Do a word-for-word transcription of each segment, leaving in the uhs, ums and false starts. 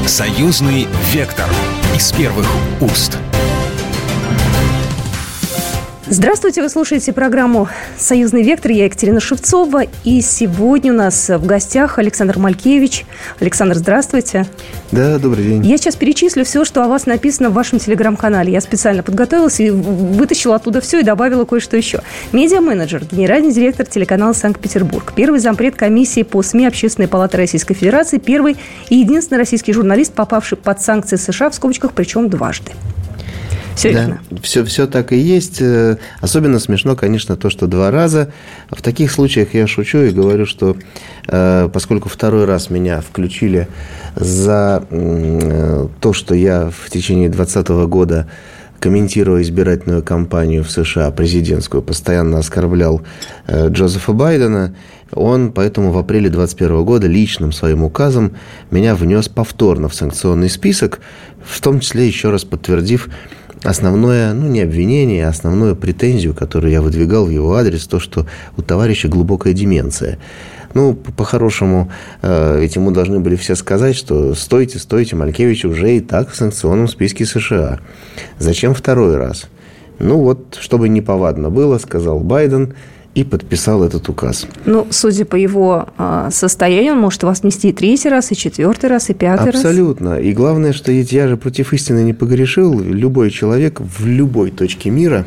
Союзный вектор из первых уст. Здравствуйте, вы слушаете программу «Союзный вектор». Я Екатерина Шевцова. И сегодня у нас в гостях Александр Малькевич. Александр, здравствуйте. Да, добрый день. Я сейчас перечислю все, что о вас написано в вашем телеграм-канале. Я специально подготовилась и вытащила оттуда все и добавила кое-что еще. Медиа-менеджер, генеральный директор телеканала «Санкт-Петербург», первый зампред комиссии по СМИ Общественной палаты Российской Федерации, первый и единственный российский журналист, попавший под санкции США, в скобочках, причем дважды. Все да, верно. Все, все так и есть. Особенно смешно, конечно, то, что два раза. В таких случаях я шучу и говорю, что поскольку второй раз меня включили за то, что я в течение двадцатого года, комментируя избирательную кампанию в США, президентскую, постоянно оскорблял Джозефа Байдена, он поэтому в апреле двадцать первого года личным своим указом меня внес повторно в санкционный список, в том числе еще раз подтвердив основное, ну, не обвинение, а основную претензию, которую я выдвигал в его адрес, то, что у товарища глубокая деменция. Ну, по-хорошему, ведь ему должны были все сказать, что стойте, стойте, Малькевич уже и так в санкционном списке США. Зачем второй раз? Ну, вот, чтобы неповадно было, сказал Байден, и подписал этот указ. Ну, судя по его э, состоянию, он может вас нести и третий раз, и четвертый раз, и пятый раз. Абсолютно. И главное, что ведь я же против истины не погрешил. Любой человек в любой точке мира,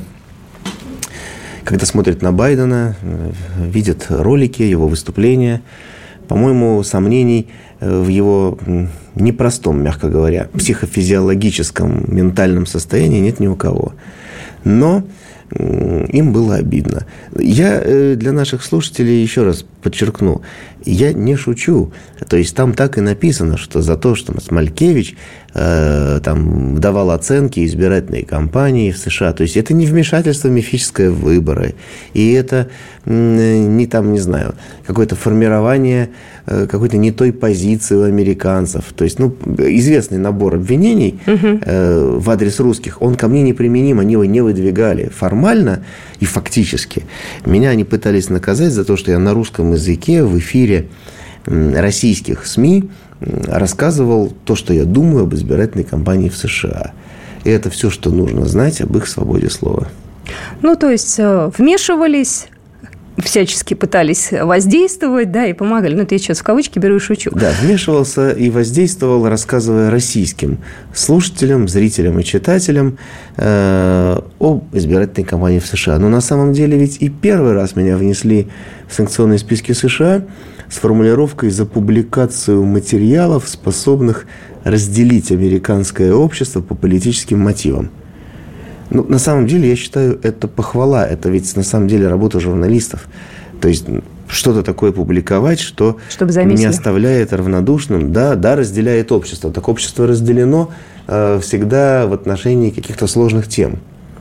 когда смотрит на Байдена, видит ролики, его выступления, по-моему, сомнений в его непростом, мягко говоря, психофизиологическом, ментальном состоянии нет ни у кого. Но им было обидно. Я для наших слушателей еще раз подчеркну, я не шучу. То есть там так и написано, что за то, что Малькевич э, там давал оценки избирательной кампании в США, то есть это не вмешательство в мифическое в выборы, и это не там, не знаю, какое-то формирование э, какой-то не той позиции у американцев. То есть, ну, известный набор обвинений угу. э, в адрес русских, он ко мне неприменим, они его не выдвигали формально и фактически. Меня они пытались наказать за то, что я на русском языке в эфире российских СМИ рассказывал то, что я думаю об избирательной кампании в США. И это все, что нужно знать об их свободе слова. Ну, то есть, вмешивались, всячески пытались воздействовать, да, и помогали. Ну, это я сейчас в кавычки беру и шучу. Да, вмешивался и воздействовал, рассказывая российским слушателям, зрителям и читателям э, об избирательной кампании в США. Но на самом деле ведь и первый раз меня внесли в санкционные списки США с формулировкой за публикацию материалов, способных разделить американское общество по политическим мотивам. Ну, на самом деле, я считаю, это похвала. Это ведь, на самом деле, работа журналистов. То есть, что-то такое публиковать, что не оставляет равнодушным, да, да, разделяет общество. Так общество разделено э, всегда в отношении каких-то сложных тем.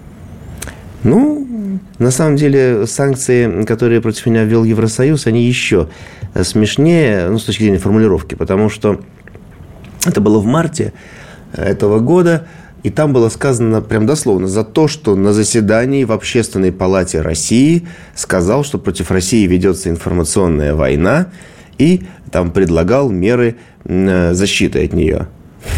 Ну, на самом деле, санкции, которые против меня ввел Евросоюз, они еще смешнее, ну, с точки зрения формулировки, потому что это было в марте этого года. И там было сказано прям дословно за то, что на заседании в Общественной палате России сказал, что против России ведется информационная война, и там предлагал меры защиты от нее.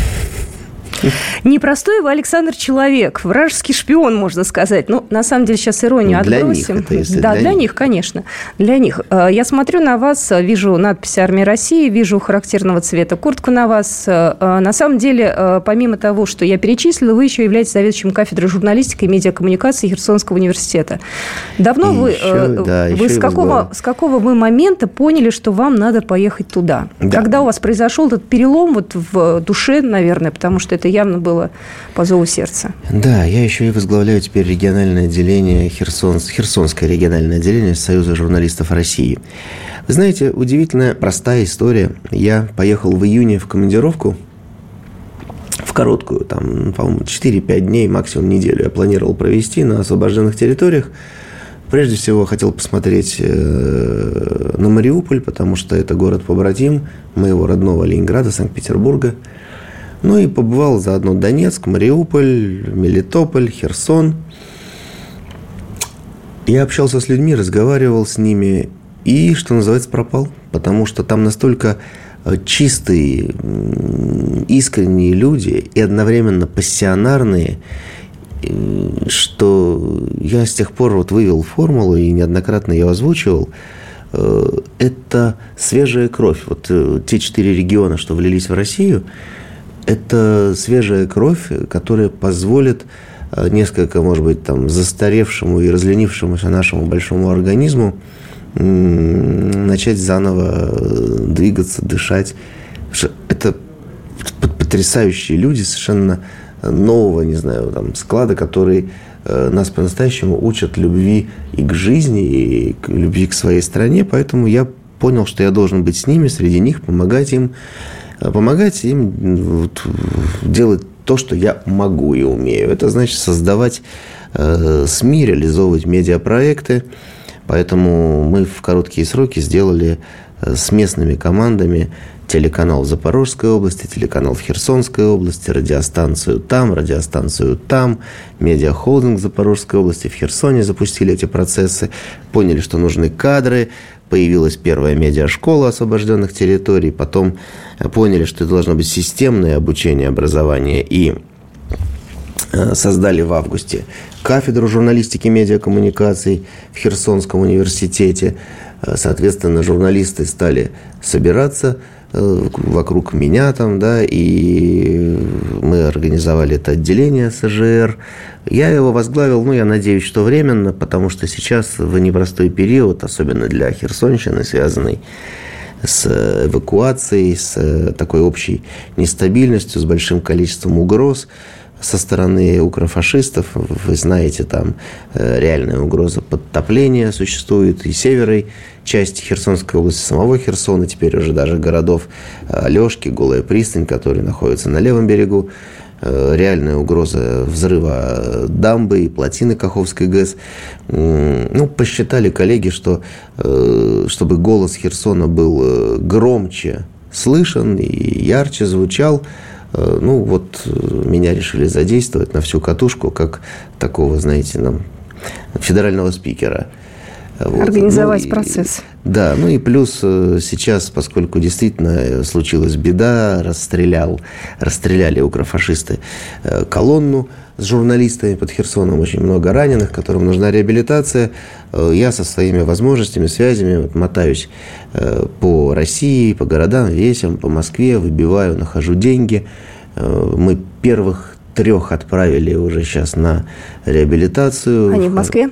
Непростой вы, Александр, человек, вражеский шпион, можно сказать. Ну, на самом деле, сейчас иронию для отбросим. Них это, если да, для, для них. них, конечно. Для них. Я смотрю на вас, вижу надпись «Армия России», вижу характерного цвета куртку на вас. На самом деле, помимо того, что я перечислила, вы еще являетесь заведующим кафедрой журналистики и медиакоммуникации Херсонского университета. Давно и вы, еще, да, вы с, какого, с какого вы момента поняли, что вам надо поехать туда? Да. Когда у вас произошел этот перелом вот в душе, наверное, потому что это явно было по зову сердца. Да, я еще и возглавляю теперь региональное отделение, Херсон, Херсонское региональное отделение Союза журналистов России. Вы знаете, удивительная, простая история. Я поехал в июне в командировку, в короткую, там, по-моему, четыре-пять дней, максимум неделю я планировал провести на освобожденных территориях. Прежде всего, хотел посмотреть на Мариуполь, потому что это город-побратим моего родного Ленинграда, Санкт-Петербурга. Ну и побывал заодно Донецк, Мариуполь, Мелитополь, Херсон. Я общался с людьми, разговаривал с ними и, что называется, пропал. Потому что там настолько чистый и искренние люди и одновременно пассионарные, что я с тех пор вот вывел формулу и неоднократно ее озвучивал. Это свежая кровь. Вот те четыре региона, что влились в Россию, это свежая кровь, которая позволит несколько, может быть, там, застаревшему и разленившемуся нашему большому организму начать заново двигаться, дышать. Это потрясающие люди, совершенно нового, не знаю, там, склада, который нас по-настоящему учат любви и к жизни, и к любви к своей стране. Поэтому я понял, что я должен быть с ними, среди них, помогать им, помогать им вот, делать то, что я могу и умею. Это значит создавать э, СМИ, реализовывать медиапроекты. Поэтому мы в короткие сроки сделали э, с местными командами телеканал в Запорожской области, телеканал в Херсонской области, радиостанцию там, радиостанцию там, медиахолдинг в Запорожской области, в Херсоне запустили эти процессы, поняли, что нужны кадры, появилась первая медиашкола освобожденных территорий, потом поняли, что это должно быть системное обучение, образование, и создали в августе кафедру журналистики и медиакоммуникаций в Херсонском университете. Соответственно, журналисты стали собираться вокруг меня там, да, и мы организовали это отделение эс жэ эр. Я его возглавил, ну, я надеюсь, что временно, потому что сейчас в непростой период, особенно для Херсонщины, связанный с эвакуацией, с такой общей нестабильностью, с большим количеством угроз со стороны укрофашистов. Вы знаете, там реальная угроза подтопления существует и северной части Херсонской области, самого Херсона, теперь уже даже городов Алешки, Голая пристань, которые находятся на левом берегу. Реальная угроза взрыва дамбы и плотины Каховской ГЭС. Ну, посчитали коллеги, что чтобы голос Херсона был громче слышен и ярче звучал, ну, вот меня решили задействовать на всю катушку, как такого, знаете, нам, федерального спикера. Организовать вот. ну, процесс. И, да, ну и плюс сейчас, поскольку действительно случилась беда, расстрелял, расстреляли укрофашисты колонну с журналистами под Херсоном, очень много раненых, которым нужна реабилитация. Я со своими возможностями, связями вот, мотаюсь по России, по городам, весям, по Москве, выбиваю, нахожу деньги. Мы первых трех отправили уже сейчас на реабилитацию. Они в Москве?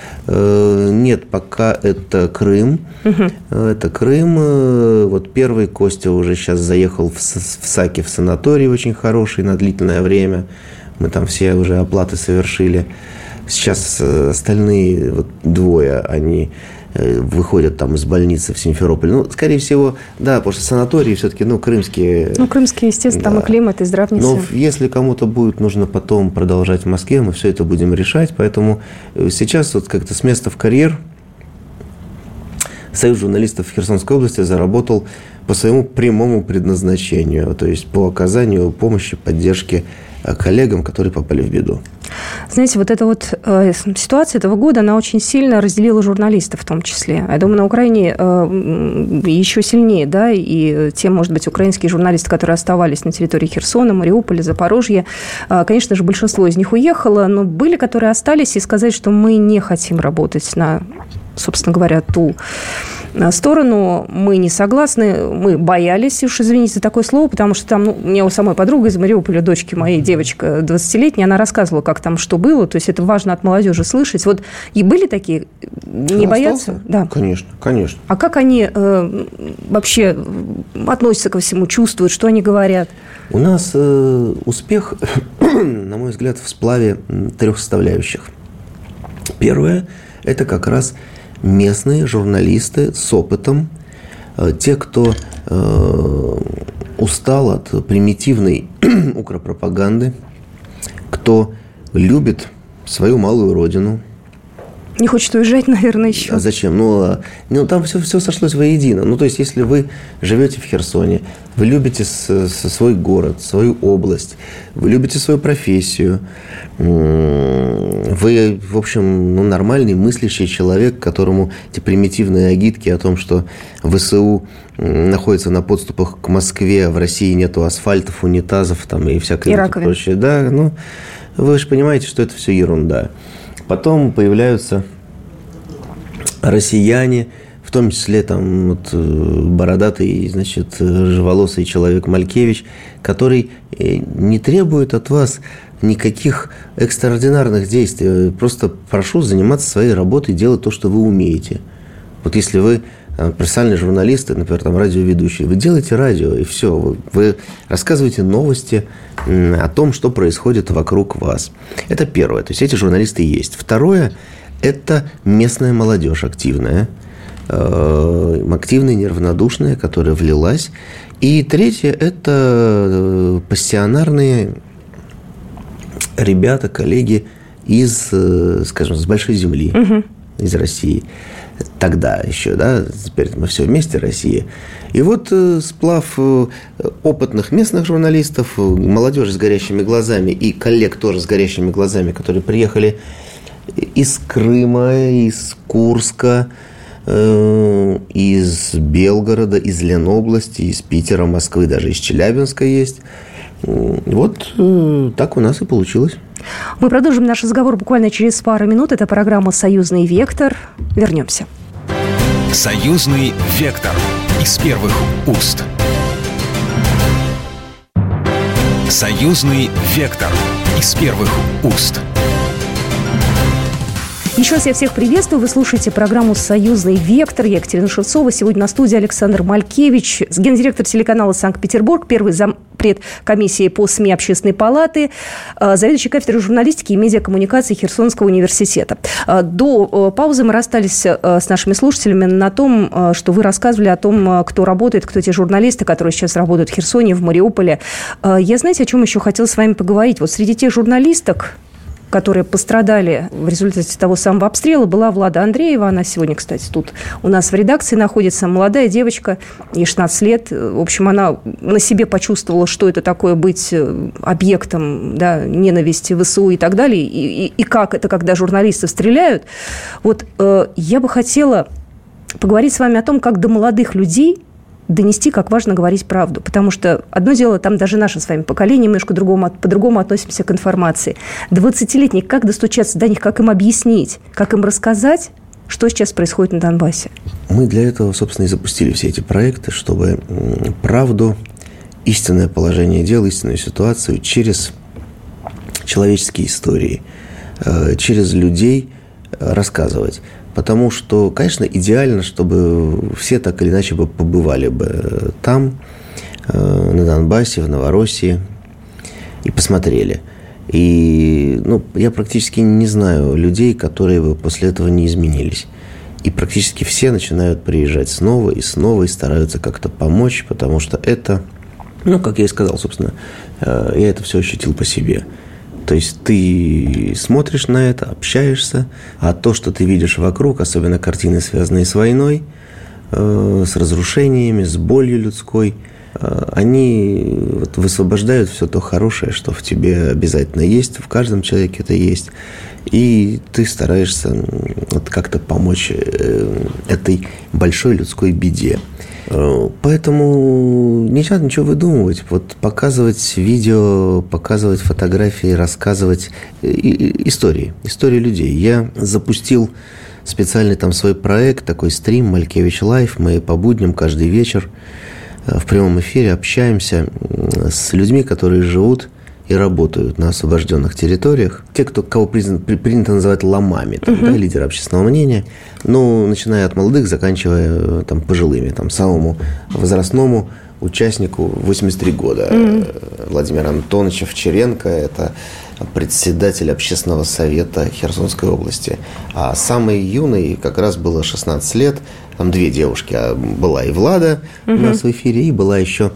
Нет, пока это Крым. Угу. Это Крым. Вот первый Костя уже сейчас заехал в Саки, в санаторий очень хороший на длительное время. Мы там все уже оплаты совершили. Сейчас остальные вот двое, они выходят там из больницы в Симферополь. Ну, скорее всего, да, потому что санатории все-таки, ну, крымские... Ну, крымские, естественно, да. Там и климат, и здравницы. Но если кому-то будет нужно потом продолжать в Москве, мы все это будем решать. Поэтому сейчас вот как-то с места в карьер Союз журналистов Херсонской области заработал по своему прямому предназначению, то есть по оказанию помощи, поддержки коллегам, которые попали в беду. Знаете, вот эта вот э, ситуация этого года, она очень сильно разделила журналистов в том числе. Я думаю, на Украине э, еще сильнее, да, и те, может быть, украинские журналисты, которые оставались на территории Херсона, Мариуполя, Запорожья, э, конечно же, большинство из них уехало, но были, которые остались, и сказать, что мы не хотим работать на, собственно говоря, ту сторону, мы не согласны, мы боялись, уж извините за такое слово, потому что там, ну, у меня у самой подруга из Мариуполя, дочки моей, девочка двадцатилетняя, она рассказывала, как там что было, то есть это важно от молодежи слышать. Вот и были такие, не боятся? Да. Конечно, конечно. А как они э, вообще относятся ко всему, чувствуют, что они говорят? У нас э, успех, на мой взгляд, в сплаве трех составляющих. Первое – это как раз местные журналисты с опытом, те, кто э, устал от примитивной укропропаганды, кто любит свою малую родину, Не хочет уезжать, наверное, еще. А зачем? Ну, ну там все, все сошлось воедино. Ну, то есть, если вы живете в Херсоне, вы любите с, с свой город, свою область, вы любите свою профессию, вы, в общем, ну, нормальный, мыслящий человек, которому эти примитивные агитки о том, что ВСУ находится на подступах к Москве, в России нету асфальтов, унитазов там, и всякое и прочее. Да, ну, вы же понимаете, что это все ерунда. Потом появляются россияне, в том числе там вот, бородатый, значит, рыжеволосый человек Малькевич, который не требует от вас никаких экстраординарных действий. Просто прошу заниматься своей работой, делать то, что вы умеете. Вот если вы профессиональные журналисты, например, там радиоведущие, вы делаете радио, и все. Вы, вы рассказываете новости о том, что происходит вокруг вас. Это первое. То есть, эти журналисты есть. Второе – это местная молодежь активная. Активная, неравнодушная, которая влилась. И третье – это пассионарные ребята, коллеги из, скажем, с большой земли, угу. из России. Тогда еще, да, теперь мы все вместе, Россия. И вот сплав опытных местных журналистов, молодежи с горящими глазами и коллег тоже с горящими глазами, которые приехали из Крыма, из Курска, из Белгорода, из Ленобласти, из Питера, Москвы, даже из Челябинска есть. Вот так у нас и получилось. Мы продолжим наш разговор буквально через пару минут. Это программа «Союзный вектор». Вернемся. «Союзный вектор» из первых уст. «Союзный вектор» из первых уст. Еще раз я всех приветствую. Вы слушаете программу «Союзный вектор». Я Екатерина Шевцова. Сегодня на студии Александр Малькевич, гендиректор телеканала «Санкт-Петербург», первый зампред комиссии по СМИ Общественной палаты, заведующий кафедрой журналистики и медиакоммуникации Херсонского университета. До паузы мы расстались с нашими слушателями на том, что вы рассказывали о том, кто работает, кто те журналисты, которые сейчас работают в Херсоне, в Мариуполе. Я, знаете, о чем еще хотела с вами поговорить? Вот среди тех журналисток, которые пострадали в результате того самого обстрела, была Влада Андреева. Она сегодня, кстати, тут у нас в редакции находится. Молодая девочка, ей шестнадцать лет. В общем, она на себе почувствовала, что это такое быть объектом, да, ненависти, ВСУ и так далее. И, и, и как это, когда журналисты стреляют. Вот э, я бы хотела поговорить с вами о том, как до молодых людей донести, как важно говорить правду. Потому что одно дело, там даже наше с вами поколение немножко другому, по-другому относимся к информации. двадцатилетние, как достучаться до них, как им объяснить, как им рассказать, что сейчас происходит на Донбассе? Мы для этого, собственно, и запустили все эти проекты, чтобы правду, истинное положение дел, истинную ситуацию через человеческие истории, через людей рассказывать. Потому что, конечно, идеально, чтобы все так или иначе бы побывали бы там, на Донбассе, в Новороссии, и посмотрели. И ну, я практически не знаю людей, которые бы после этого не изменились. И практически все начинают приезжать снова и снова и стараются как-то помочь, потому что это, ну, как я и сказал, собственно, я это все ощутил по себе. То есть ты смотришь на это, общаешься, а то, что ты видишь вокруг, особенно картины, связанные с войной, э, с разрушениями, с болью людской, э, они вот высвобождают все то хорошее, что в тебе обязательно есть, в каждом человеке это есть, и ты стараешься вот, как-то помочь э, этой большой людской беде. Поэтому не надо ничего выдумывать. Вот показывать видео, показывать фотографии, рассказывать истории, истории людей. Я запустил специальный там свой проект, такой стрим «Малькевич Лайв». Мы по будням каждый вечер в прямом эфире общаемся с людьми, которые живут и работают на освобожденных территориях. Те, кто, кого признан, принято называть ломами, там, uh-huh. да, лидеры общественного мнения, ну, начиная от молодых, заканчивая там, пожилыми, там, самому возрастному участнику восемьдесят три года. Uh-huh. Владимир Антонович Овчаренко – это председатель общественного совета Херсонской области. А самый юный как раз было шестнадцать лет. Там две девушки. Была и Влада uh-huh. у нас в эфире, и была еще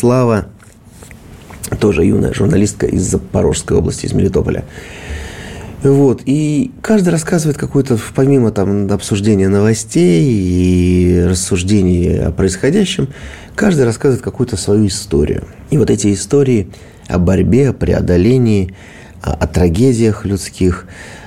Мирослава, тоже юная журналистка из Запорожской области, из Мелитополя. Вот. И каждый рассказывает какую-то, помимо там обсуждения новостей и рассуждений о происходящем, каждый рассказывает какую-то свою историю. И вот эти истории о борьбе, о преодолении, о, о трагедиях людских,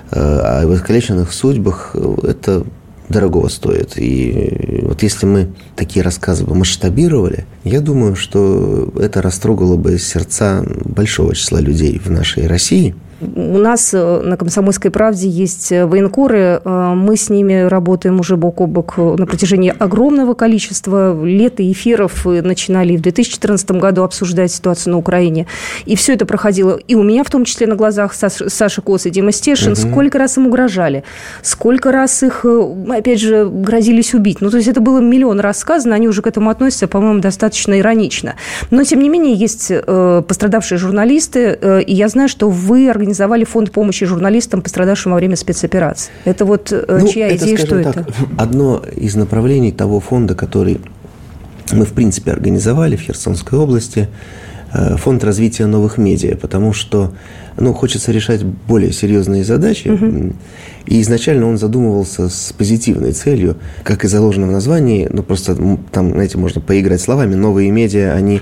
о искалеченных судьбах, это дорогого стоит. И вот если мы такие рассказы бы масштабировали, я думаю, что это растрогало бы сердца большого числа людей в нашей России. У нас на «Комсомольской правде» есть военкоры. Мы с ними работаем уже бок о бок на протяжении огромного количества лет и эфиров. Начинали и в две тысячи четырнадцатом году обсуждать ситуацию на Украине. И все это проходило и у меня, в том числе на глазах Саши Коц и Дима Стешин. Угу. Сколько раз им угрожали, сколько раз их, опять же, грозились убить. Ну, то есть это было миллион раз сказано, они уже к этому относятся, по-моему, достаточно иронично. Но, тем не менее, есть пострадавшие журналисты, и я знаю, что вы организовали организовали фонд помощи журналистам, пострадавшим во время спецоперации. Это вот ну, чья это, идея, что так, это? Одно из направлений того фонда, который мы, в принципе, организовали в Херсонской области, фонд развития новых медиа, потому что ну, хочется решать более серьезные задачи. Угу. И изначально он задумывался с позитивной целью, как и заложено в названии, ну, просто там, знаете, можно поиграть словами. Новые медиа, они...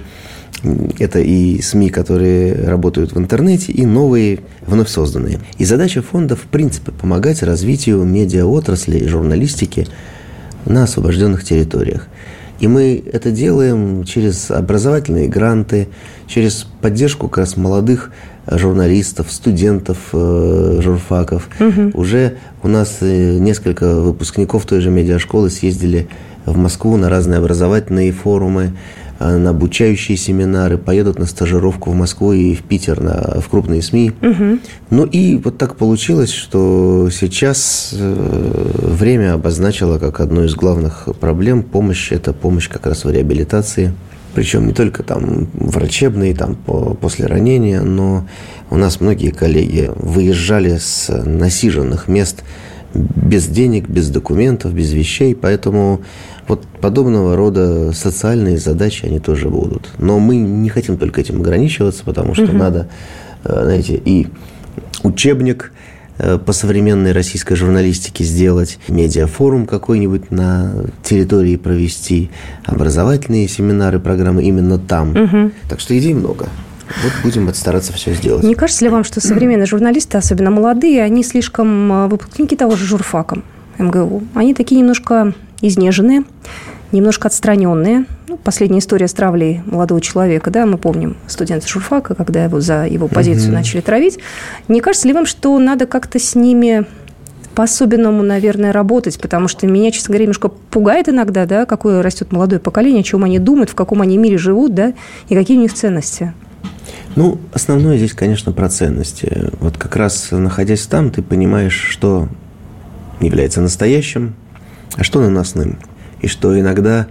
Это и СМИ, которые работают в интернете, и новые, вновь созданные. И задача фонда, в принципе, помогать развитию медиаотрасли и журналистики на освобожденных территориях. И мы это делаем через образовательные гранты, через поддержку как раз молодых журналистов, студентов, журфаков. Угу. Уже у нас несколько выпускников той же медиашколы съездили в Москву на разные образовательные форумы, на обучающие семинары, поедут на стажировку в Москву и в Питер, на, в крупные СМИ. Угу. Ну и вот так получилось, что сейчас время обозначило как одну из главных проблем помощь. Это помощь как раз в реабилитации. Причем не только там врачебной, там, по, после ранения, но у нас многие коллеги выезжали с насиженных мест без денег, без документов, без вещей, поэтому вот подобного рода социальные задачи, они тоже будут. Но мы не хотим только этим ограничиваться, потому что угу. надо, знаете, и учебник по современной российской журналистике сделать, медиафорум какой-нибудь на территории провести, образовательные семинары, программы именно там. Угу. Так что идей много. Вот будем стараться все сделать. Не кажется ли вам, что современные журналисты, особенно молодые, они слишком выпускники того же журфака эм гэ у? Они такие немножко изнеженные, немножко отстраненные. Ну, последняя история с травлей молодого человека, да, мы помним студента журфака, когда его за его позицию uh-huh. начали травить. Не кажется ли вам, что надо как-то с ними по-особенному, наверное, работать? Потому что меня, честно говоря, немножко пугает иногда, да, какое растет молодое поколение, о чем они думают, в каком они мире живут, да, и какие у них ценности. Ну, основное здесь, конечно, про ценности. Вот как раз находясь там, ты понимаешь, что является настоящим, а что наносным. И что иногда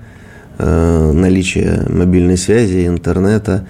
э, наличие мобильной связи, интернета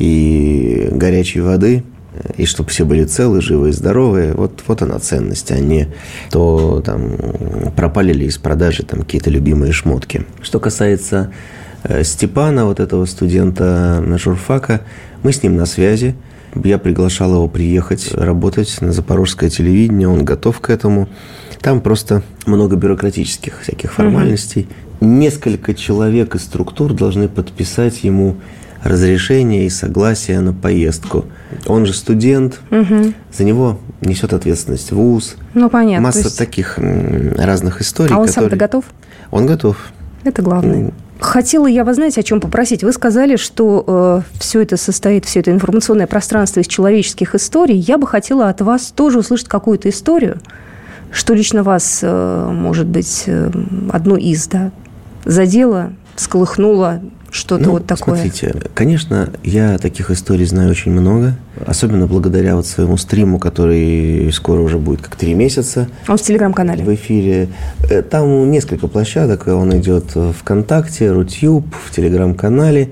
и горячей воды, и чтобы все были целы, живы и здоровы, вот, вот она ценность, а не то там пропали ли из продажи там какие-то любимые шмотки. Что касается э, Степана, вот этого студента журфака, мы с ним на связи. Я приглашал его приехать работать на запорожское телевидение, он готов к этому. Там просто много бюрократических всяких формальностей. Угу. Несколько человек из структур должны подписать ему разрешение и согласие на поездку. Он же студент, угу. за него несет ответственность вуз. Ну, понятно. Масса есть... таких разных историй. А он которые... сам-то готов? Он готов. Это главное. Хотела я вас, знаете, о чем попросить. Вы сказали, что э, все это состоит, все это информационное пространство из человеческих историй. Я бы хотела от вас тоже услышать какую-то историю, что лично вас, э, может быть, э, одну из, да, задело, всколыхнуло, что-то ну, вот такое. Смотрите, конечно, я таких историй знаю очень много, особенно благодаря вот своему стриму, который скоро уже будет как три месяца. Он в Телеграм-канале. В эфире. Там несколько площадок, он идет в ВКонтакте, Рутюб, в Телеграм-канале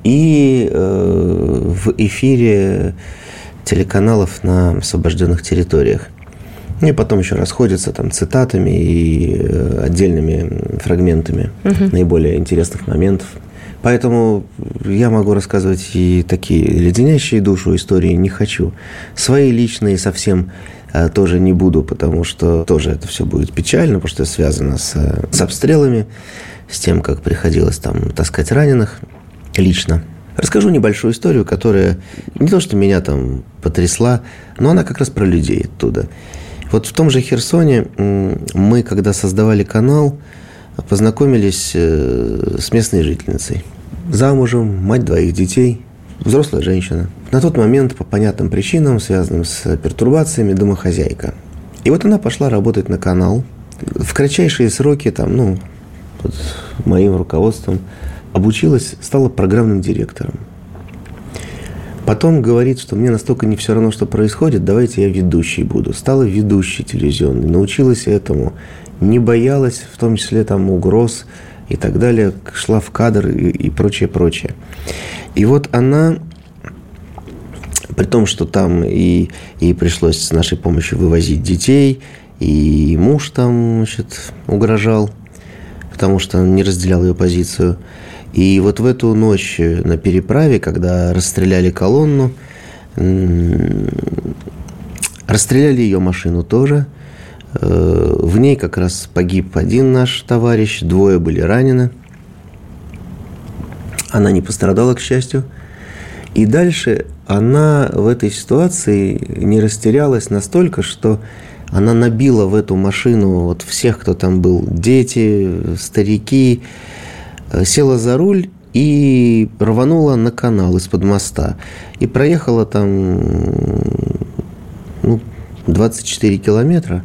и э, в эфире телеканалов на освобожденных территориях. И потом еще расходятся там цитатами и отдельными фрагментами угу. наиболее интересных моментов. Поэтому я могу рассказывать и такие леденящие душу истории не хочу. Свои личные совсем а, тоже не буду, потому что тоже это все будет печально, потому что это связано с, с обстрелами, с тем, как приходилось там таскать раненых лично. Расскажу небольшую историю, которая не то, что меня там потрясла, но она как раз про людей оттуда. Вот в том же Херсоне мы, когда создавали канал, познакомились с местной жительницей. Замужем, мать двоих детей, взрослая женщина. На тот момент, по понятным причинам, связанным с пертурбациями, домохозяйка. И вот она пошла работать на канал. В кратчайшие сроки, там, ну, под моим руководством, обучилась, стала программным директором. Потом говорит, что мне настолько не все равно, что происходит, давайте я ведущей буду. Стала ведущей телевизионной, научилась этому, не боялась, в том числе там угроз и так далее, шла в кадр и, и прочее, прочее. И вот она, при том, что там и, и пришлось с нашей помощью вывозить детей, и муж там, значит, угрожал, потому что он не разделял ее позицию. И вот в эту ночь на переправе, когда расстреляли колонну, расстреляли ее машину тоже. В ней как раз погиб один наш товарищ, двое были ранены. Она не пострадала, к счастью. И дальше она в этой ситуации не растерялась настолько, что она набила в эту машину вот всех, кто там был, дети, старики, села за руль и рванула на канал из-под моста. И проехала там ну, двадцать четыре километра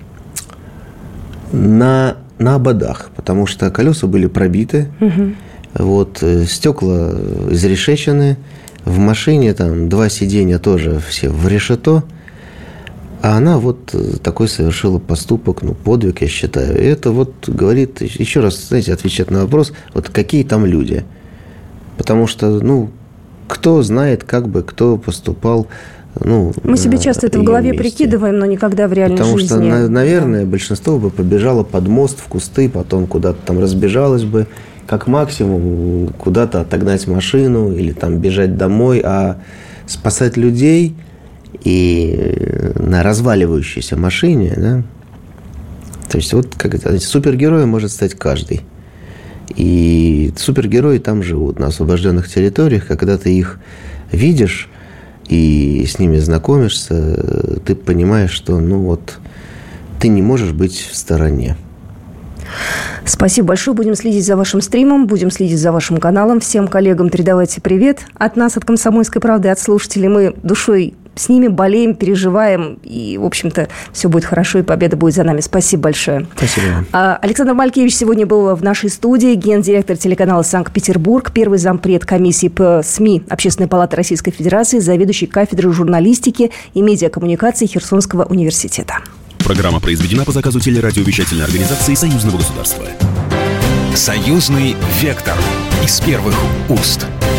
на, на ободах, потому что колеса были пробиты, угу. Вот, стекла изрешечены, в машине там два сиденья тоже все в решето. А она вот такой совершила поступок, ну, подвиг, я считаю. И это вот говорит, еще раз, знаете, отвечать на вопрос, вот какие там люди. Потому что, ну, кто знает, как бы, кто поступал, ну, мы себе часто это в голове месте. Прикидываем, но никогда в реальной Потому жизни. Потому что, наверное, большинство бы побежало под мост, в кусты, потом куда-то там разбежалось бы, как максимум куда-то отогнать машину или там бежать домой, а спасать людей... И на разваливающейся машине, да, то есть вот как это, супергероем может стать каждый. И супергерои там живут, на освобожденных территориях. Когда ты их видишь и с ними знакомишься, ты понимаешь, что ну вот ты не можешь быть в стороне. Спасибо большое. Будем следить за вашим стримом, будем следить за вашим каналом. Всем коллегам передавайте привет от нас, от «Комсомольской правды», от слушателей. Мы душой с ними болеем, переживаем, и, в общем-то, все будет хорошо, и победа будет за нами. Спасибо большое. Спасибо. Александр Малькевич сегодня был в нашей студии, гендиректор телеканала «Санкт-Петербург», первый зампред комиссии по СМИ Общественной палаты Российской Федерации, заведующий кафедрой журналистики и медиакоммуникации Херсонского университета. Программа произведена по заказу телерадиовещательной организации Союзного государства. Союзный вектор из первых уст.